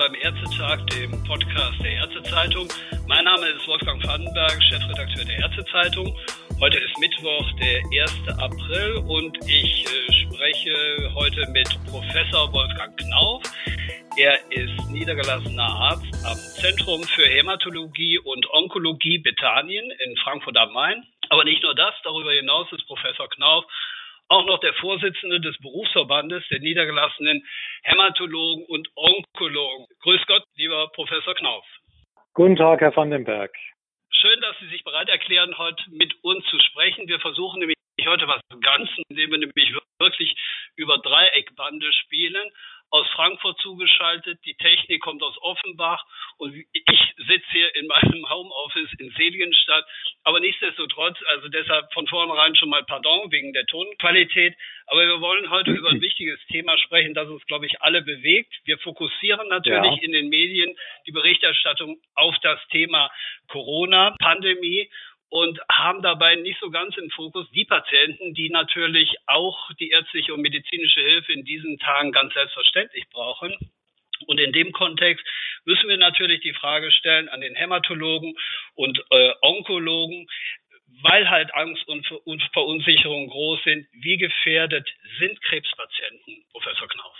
beim Ärztetag, dem Podcast der Ärztezeitung. Mein Name ist Wolfgang Vandenberg, Chefredakteur der Ärztezeitung. Heute ist Mittwoch, der 1. April und ich spreche heute mit Professor Wolfgang Knauf. Er ist niedergelassener Arzt am Zentrum für Hämatologie und Onkologie Bethanien in Frankfurt am Main. Aber nicht nur das, darüber hinaus ist Professor Knauf auch noch der Vorsitzende des Berufsverbandes der niedergelassenen Hämatologen und Onkologen. Grüß Gott, lieber Professor Knauf. Guten Tag, Herr Vandenberg. Schön, dass Sie sich bereit erklären, heute mit uns zu sprechen. Wir versuchen nämlich heute was Ganzes, indem wir nämlich wirklich über Dreieckbande spielen. Aus Frankfurt zugeschaltet, die Technik kommt aus Offenbach und ich sitze hier in meinem Homeoffice in Seligenstadt. Aber nichtsdestotrotz, also deshalb von vornherein schon mal Pardon wegen der Tonqualität. Aber wir wollen heute über ein wichtiges Thema sprechen, das uns, glaube ich, alle bewegt. Wir fokussieren natürlich in den Medien die Berichterstattung auf das Thema Corona-Pandemie und haben dabei nicht so ganz im Fokus die Patienten, die natürlich auch die ärztliche und medizinische Hilfe in diesen Tagen ganz selbstverständlich brauchen. Und in dem Kontext müssen wir natürlich die Frage stellen an den Hämatologen und Onkologen, weil halt Angst und Verunsicherung groß sind. Wie gefährdet sind Krebspatienten, Professor Knauf?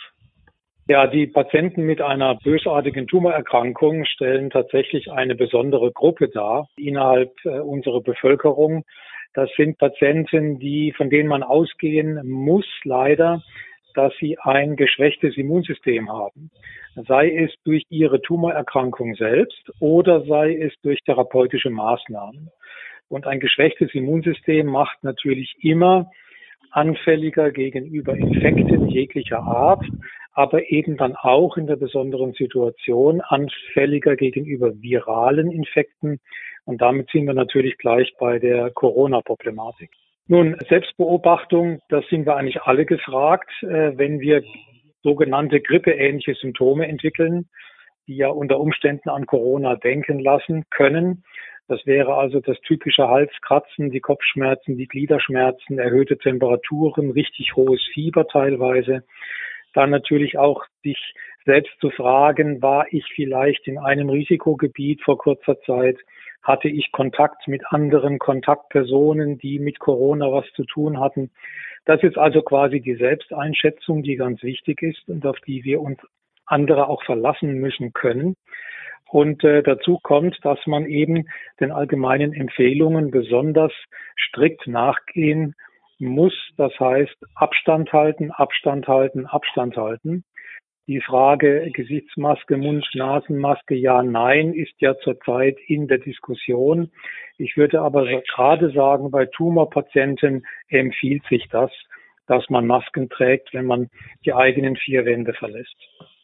Ja, die Patienten mit einer bösartigen Tumorerkrankung stellen tatsächlich eine besondere Gruppe dar innerhalb unserer Bevölkerung. Das sind Patienten, von denen man ausgehen muss, leider, dass sie ein geschwächtes Immunsystem haben. Sei es durch ihre Tumorerkrankung selbst oder sei es durch therapeutische Maßnahmen. Und ein geschwächtes Immunsystem macht natürlich immer anfälliger gegenüber Infekten jeglicher Art, aber eben dann auch in der besonderen Situation anfälliger gegenüber viralen Infekten. Und damit sind wir natürlich gleich bei der Corona-Problematik. Nun, Selbstbeobachtung, das sind wir eigentlich alle gefragt, wenn wir sogenannte grippeähnliche Symptome entwickeln, die ja unter Umständen an Corona denken lassen können. Das wäre also das typische Halskratzen, die Kopfschmerzen, die Gliederschmerzen, erhöhte Temperaturen, richtig hohes Fieber teilweise. Dann natürlich auch sich selbst zu fragen, war ich vielleicht in einem Risikogebiet vor kurzer Zeit? Hatte ich Kontakt mit anderen Kontaktpersonen, die mit Corona was zu tun hatten? Das ist also quasi die Selbsteinschätzung, die ganz wichtig ist und auf die wir uns andere auch verlassen müssen können. Und dazu kommt, dass man eben den allgemeinen Empfehlungen besonders strikt nachgehen muss. Das heißt, Abstand halten, Abstand halten, Abstand halten. Die Frage Gesichtsmaske, Mund-Nasen-Maske, ja, nein, ist ja zurzeit in der Diskussion. Ich würde aber gerade sagen, bei Tumorpatienten empfiehlt sich das, dass man Masken trägt, wenn man die eigenen vier Wände verlässt.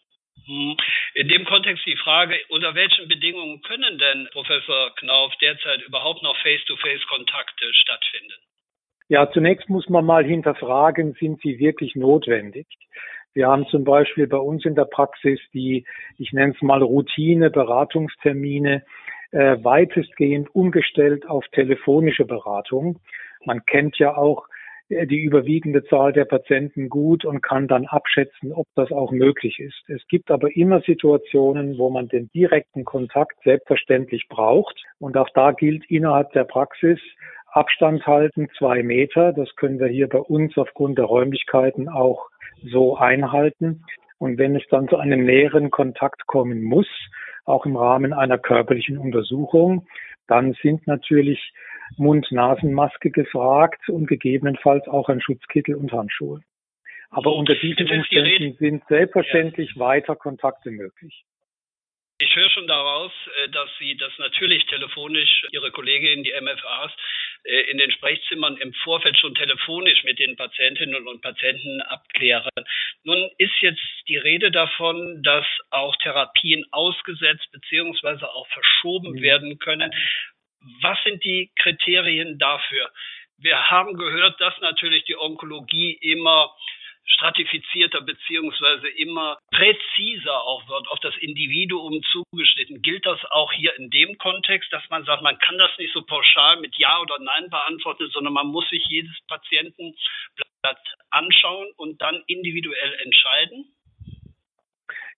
In dem Kontext die Frage, unter welchen Bedingungen können denn, Professor Knauf, derzeit überhaupt noch Face-to-Face-Kontakte stattfinden? Ja, zunächst muss man mal hinterfragen, sind sie wirklich notwendig? Wir haben zum Beispiel bei uns in der Praxis die, ich nenne es mal Routine-Beratungstermine, weitestgehend umgestellt auf telefonische Beratung. Man kennt ja auch die überwiegende Zahl der Patienten gut und kann dann abschätzen, ob das auch möglich ist. Es gibt aber immer Situationen, wo man den direkten Kontakt selbstverständlich braucht. Und auch da gilt innerhalb der Praxis Abstand halten, 2 Meter. Das können wir hier bei uns aufgrund der Räumlichkeiten auch so einhalten. Und wenn es dann zu einem näheren Kontakt kommen muss, auch im Rahmen einer körperlichen Untersuchung, dann sind natürlich Mund-Nasen-Maske gefragt und gegebenenfalls auch ein Schutzkittel und Handschuhe. Aber unter diesen Umständen sind selbstverständlich weiter Kontakte möglich. Ich höre schon daraus, dass Sie das natürlich telefonisch, Ihre Kollegin, die MFAs, in den Sprechzimmern im Vorfeld schon telefonisch mit den Patientinnen und Patienten abklären. Nun ist jetzt die Rede davon, dass auch Therapien ausgesetzt bzw. auch verschoben werden können. Was sind die Kriterien dafür? Wir haben gehört, dass natürlich die Onkologie immer stratifizierter beziehungsweise immer präziser auch wird, auf das Individuum zugeschnitten. Gilt das auch hier in dem Kontext, dass man sagt, man kann das nicht so pauschal mit Ja oder Nein beantworten, sondern man muss sich jedes Patientenblatt anschauen und dann individuell entscheiden?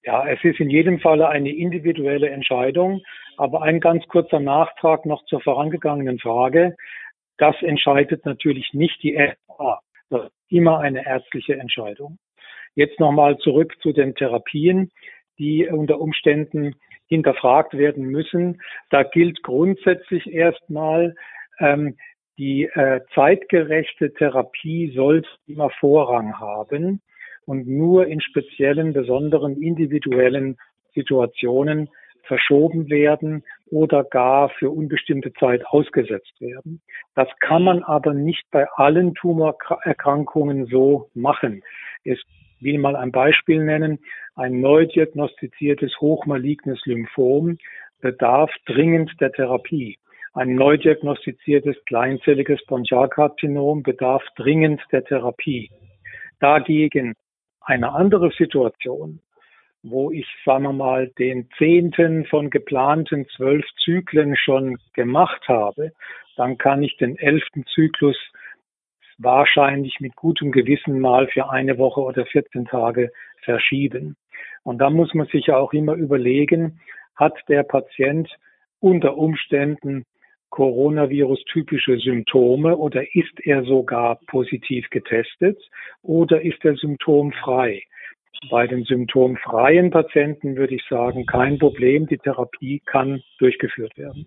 Ja, es ist in jedem Falle eine individuelle Entscheidung, aber ein ganz kurzer Nachtrag noch zur vorangegangenen Frage. Das entscheidet natürlich nicht die RA. Das ist immer eine ärztliche Entscheidung. Jetzt nochmal zurück zu den Therapien, die unter Umständen hinterfragt werden müssen. Da gilt grundsätzlich erstmal, die zeitgerechte Therapie sollte immer Vorrang haben und nur in speziellen, besonderen, individuellen Situationen verschoben werden oder gar für unbestimmte Zeit ausgesetzt werden. Das kann man aber nicht bei allen Tumorerkrankungen so machen. Ich will mal ein Beispiel nennen. Ein neu diagnostiziertes hochmalignes Lymphom bedarf dringend der Therapie. Ein neu diagnostiziertes kleinzelliges Bronchialkarzinom bedarf dringend der Therapie. Dagegen eine andere Situation, wo ich, sagen wir mal, den 10. von geplanten 12 Zyklen schon gemacht habe, dann kann ich den 11. Zyklus wahrscheinlich mit gutem Gewissen mal für eine Woche oder 14 Tage verschieben. Und da muss man sich ja auch immer überlegen, hat der Patient unter Umständen Coronavirus-typische Symptome oder ist er sogar positiv getestet oder ist er symptomfrei? Bei den symptomfreien Patienten würde ich sagen, kein Problem, die Therapie kann durchgeführt werden.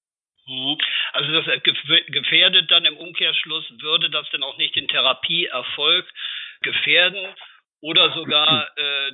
Also das gefährdet dann im Umkehrschluss, würde das denn auch nicht den Therapieerfolg gefährden oder sogar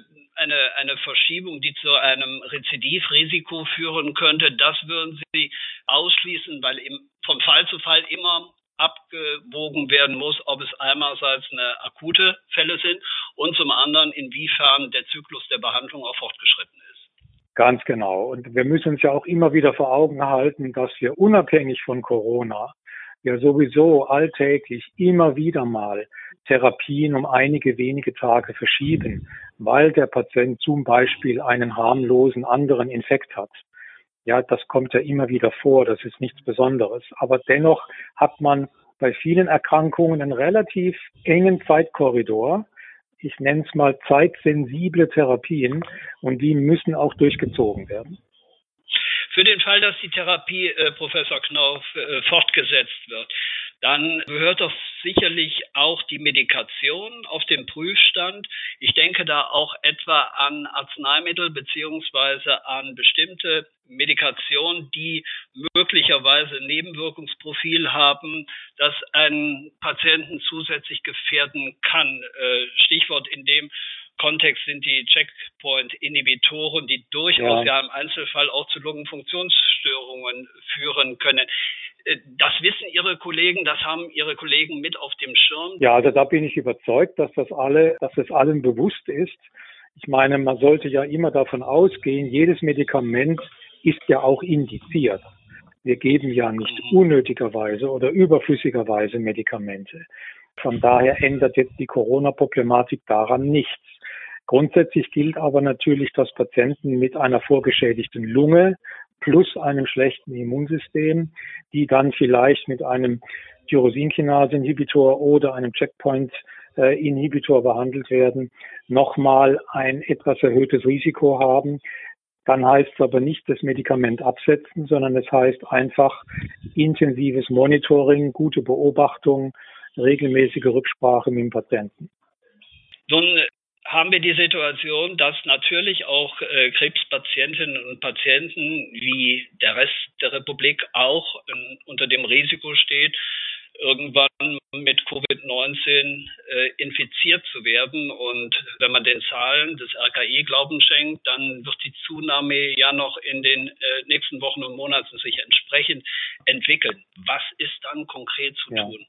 eine Verschiebung, die zu einem Rezidivrisiko führen könnte? Das würden Sie ausschließen, weil vom Fall zu Fall immer abgewogen werden muss, ob es einerseits eine akute Fälle sind und zum anderen, inwiefern der Zyklus der Behandlung auch fortgeschritten ist. Ganz genau. Und wir müssen uns ja auch immer wieder vor Augen halten, dass wir unabhängig von Corona ja sowieso alltäglich immer wieder mal Therapien um einige wenige Tage verschieben, weil der Patient zum Beispiel einen harmlosen anderen Infekt hat. Ja, das kommt ja immer wieder vor, das ist nichts Besonderes. Aber dennoch hat man bei vielen Erkrankungen einen relativ engen Zeitkorridor. Ich nenne es mal zeitsensible Therapien und die müssen auch durchgezogen werden. Für den Fall, dass die Therapie, Professor Knauf, fortgesetzt wird, dann gehört doch sicherlich auch die Medikation auf den Prüfstand. Ich denke da auch etwa an Arzneimittel beziehungsweise an bestimmte Medikationen, die möglicherweise ein Nebenwirkungsprofil haben, das einen Patienten zusätzlich gefährden kann. Stichwort in dem Kontext sind die Checkpoint-Inhibitoren, die durchaus ja im Einzelfall auch zu Lungenfunktionsstörungen führen können. Das wissen Ihre Kollegen, das haben Ihre Kollegen mit auf dem Schirm? Ja, also da bin ich überzeugt, dass das allen bewusst ist. Ich meine, man sollte ja immer davon ausgehen, jedes Medikament ist ja auch indiziert. Wir geben ja nicht unnötigerweise oder überflüssigerweise Medikamente. Von daher ändert jetzt die Corona-Problematik daran nichts. Grundsätzlich gilt aber natürlich, dass Patienten mit einer vorgeschädigten Lunge plus einem schlechten Immunsystem, die dann vielleicht mit einem Tyrosinkinase-Inhibitor oder einem Checkpoint-Inhibitor behandelt werden, nochmal ein etwas erhöhtes Risiko haben. Dann heißt es aber nicht das Medikament absetzen, sondern es heißt einfach intensives Monitoring, gute Beobachtung, regelmäßige Rücksprache mit dem Patienten. Nun haben wir die Situation, dass natürlich auch Krebspatientinnen und Patienten wie der Rest der Republik auch unter dem Risiko steht, irgendwann mit Covid-19 infiziert zu werden. Und wenn man den Zahlen des RKI Glauben schenkt, dann wird die Zunahme ja noch in den nächsten Wochen und Monaten sich entsprechend entwickeln. Was ist dann konkret zu tun?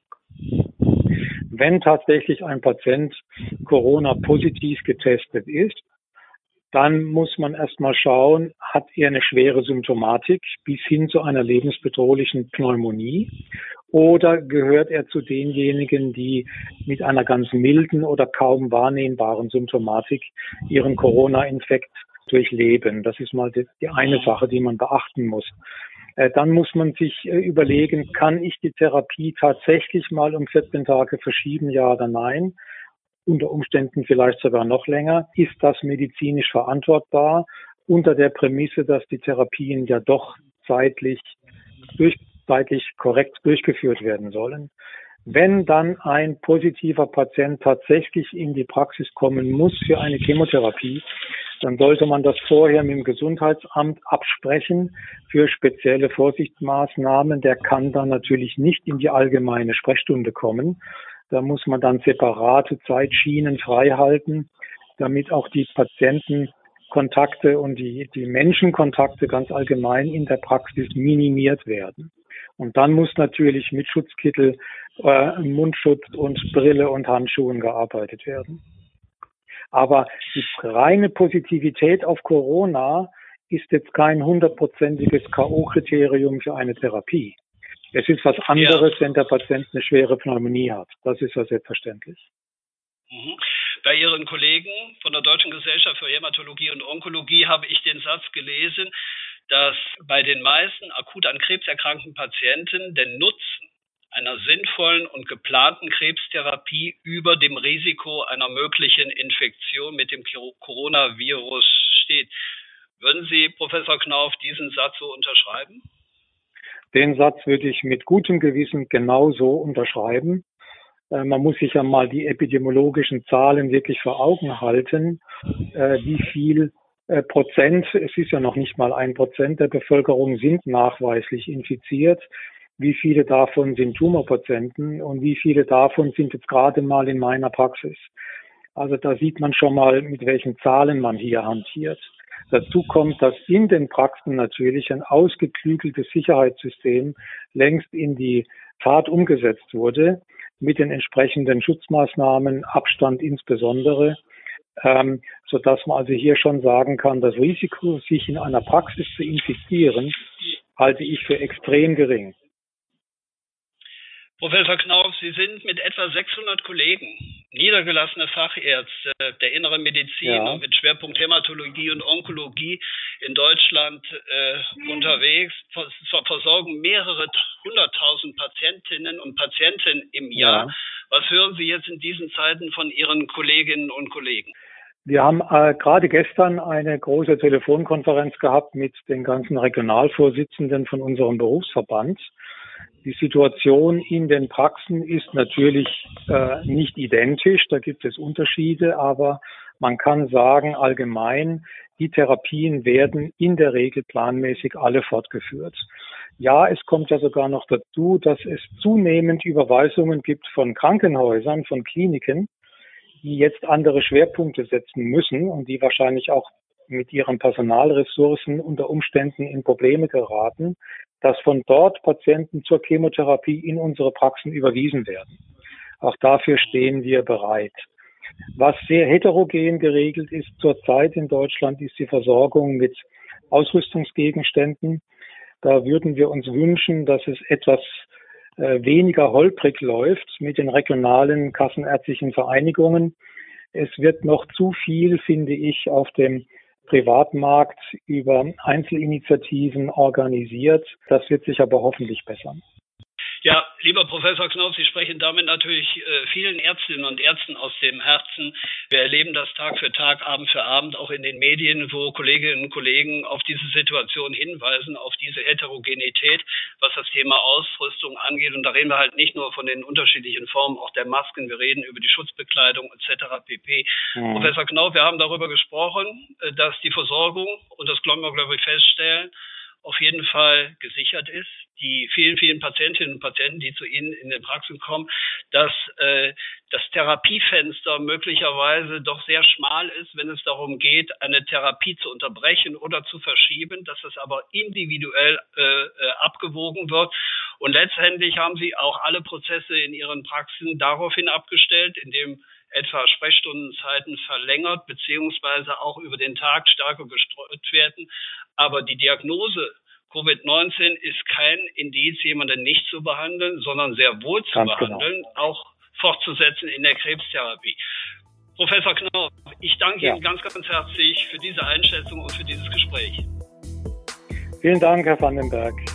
Wenn tatsächlich ein Patient Corona-positiv getestet ist, dann muss man erstmal schauen, hat er eine schwere Symptomatik bis hin zu einer lebensbedrohlichen Pneumonie oder gehört er zu denjenigen, die mit einer ganz milden oder kaum wahrnehmbaren Symptomatik ihren Corona-Infekt durchleben. Das ist mal die eine Sache, die man beachten muss. Dann muss man sich überlegen, kann ich die Therapie tatsächlich mal um 14 Tage verschieben, ja oder nein? unter Umständen vielleicht sogar noch länger. Ist das medizinisch verantwortbar unter der Prämisse, dass die Therapien ja doch zeitlich korrekt durchgeführt werden sollen? Wenn dann ein positiver Patient tatsächlich in die Praxis kommen muss für eine Chemotherapie, dann sollte man das vorher mit dem Gesundheitsamt absprechen für spezielle Vorsichtsmaßnahmen. Der kann dann natürlich nicht in die allgemeine Sprechstunde kommen. Da muss man dann separate Zeitschienen freihalten, damit auch die Patientenkontakte und die Menschenkontakte ganz allgemein in der Praxis minimiert werden. Und dann muss natürlich mit Schutzkittel, Mundschutz und Brille und Handschuhen gearbeitet werden. Aber die reine Positivität auf Corona ist jetzt kein 100%iges K.O.-Kriterium für eine Therapie. Es ist was anderes, wenn der Patient eine schwere Pneumonie hat. Das ist ja selbstverständlich. Bei Ihren Kollegen von der Deutschen Gesellschaft für Hämatologie und Onkologie habe ich den Satz gelesen, dass bei den meisten akut an Krebs erkrankten Patienten der Nutzen einer sinnvollen und geplanten Krebstherapie über dem Risiko einer möglichen Infektion mit dem Coronavirus steht. Würden Sie, Professor Knauf, diesen Satz so unterschreiben? Den Satz würde ich mit gutem Gewissen genauso unterschreiben. Man muss sich ja mal die epidemiologischen Zahlen wirklich vor Augen halten, wie viel Prozent, es ist ja noch nicht mal 1% der Bevölkerung sind nachweislich infiziert. Wie viele davon sind Tumorpatienten und wie viele davon sind jetzt gerade mal in meiner Praxis? Also da sieht man schon mal, mit welchen Zahlen man hier hantiert. Dazu kommt, dass in den Praxen natürlich ein ausgeklügeltes Sicherheitssystem längst in die Tat umgesetzt wurde, mit den entsprechenden Schutzmaßnahmen, Abstand insbesondere, sodass man also hier schon sagen kann, das Risiko, sich in einer Praxis zu infizieren, halte ich für extrem gering. Professor Knauf, Sie sind mit etwa 600 Kollegen, niedergelassene Fachärzte der inneren Medizin und mit Schwerpunkt Hämatologie und Onkologie in Deutschland unterwegs, versorgen mehrere 100.000 Patientinnen und Patienten im Jahr. Ja. Was hören Sie jetzt in diesen Zeiten von Ihren Kolleginnen und Kollegen? Wir haben gerade gestern eine große Telefonkonferenz gehabt mit den ganzen Regionalvorsitzenden von unserem Berufsverband. Die Situation in den Praxen ist natürlich nicht identisch, da gibt es Unterschiede, aber man kann sagen, allgemein, die Therapien werden in der Regel planmäßig alle fortgeführt. Ja, es kommt ja sogar noch dazu, dass es zunehmend Überweisungen gibt von Krankenhäusern, von Kliniken, die jetzt andere Schwerpunkte setzen müssen und die wahrscheinlich auch mit ihren Personalressourcen unter Umständen in Probleme geraten, dass von dort Patienten zur Chemotherapie in unsere Praxen überwiesen werden. Auch dafür stehen wir bereit. Was sehr heterogen geregelt ist zurzeit in Deutschland, ist die Versorgung mit Ausrüstungsgegenständen. Da würden wir uns wünschen, dass es etwas weniger holprig läuft mit den regionalen kassenärztlichen Vereinigungen. Es wird noch zu viel, finde ich, auf dem Privatmarkt über Einzelinitiativen organisiert. Das wird sich aber hoffentlich bessern. Ja, lieber Professor Knauf, Sie sprechen damit natürlich vielen Ärztinnen und Ärzten aus dem Herzen. Wir erleben das Tag für Tag, Abend für Abend, auch in den Medien, wo Kolleginnen und Kollegen auf diese Situation hinweisen, auf diese Heterogenität, was das Thema Ausrüstung angeht. Und da reden wir halt nicht nur von den unterschiedlichen Formen, auch der Masken, wir reden über die Schutzbekleidung etc. pp. Professor Knauf, wir haben darüber gesprochen, dass die Versorgung, und das können wir, glaube ich, feststellen, auf jeden Fall gesichert ist. Die vielen, vielen Patientinnen und Patienten, die zu Ihnen in den Praxen kommen, dass das Therapiefenster möglicherweise doch sehr schmal ist, wenn es darum geht, eine Therapie zu unterbrechen oder zu verschieben, dass das aber individuell abgewogen wird. Und letztendlich haben Sie auch alle Prozesse in Ihren Praxen daraufhin abgestellt, indem etwa Sprechstundenzeiten verlängert beziehungsweise auch über den Tag stärker gestreut werden. Aber die Diagnose Covid-19 ist kein Indiz, jemanden nicht zu behandeln, sondern sehr wohl zu behandeln, auch fortzusetzen in der Krebstherapie. Professor Knauf, ich danke Ihnen ganz, ganz herzlich für diese Einschätzung und für dieses Gespräch. Vielen Dank, Herr Vandenberg.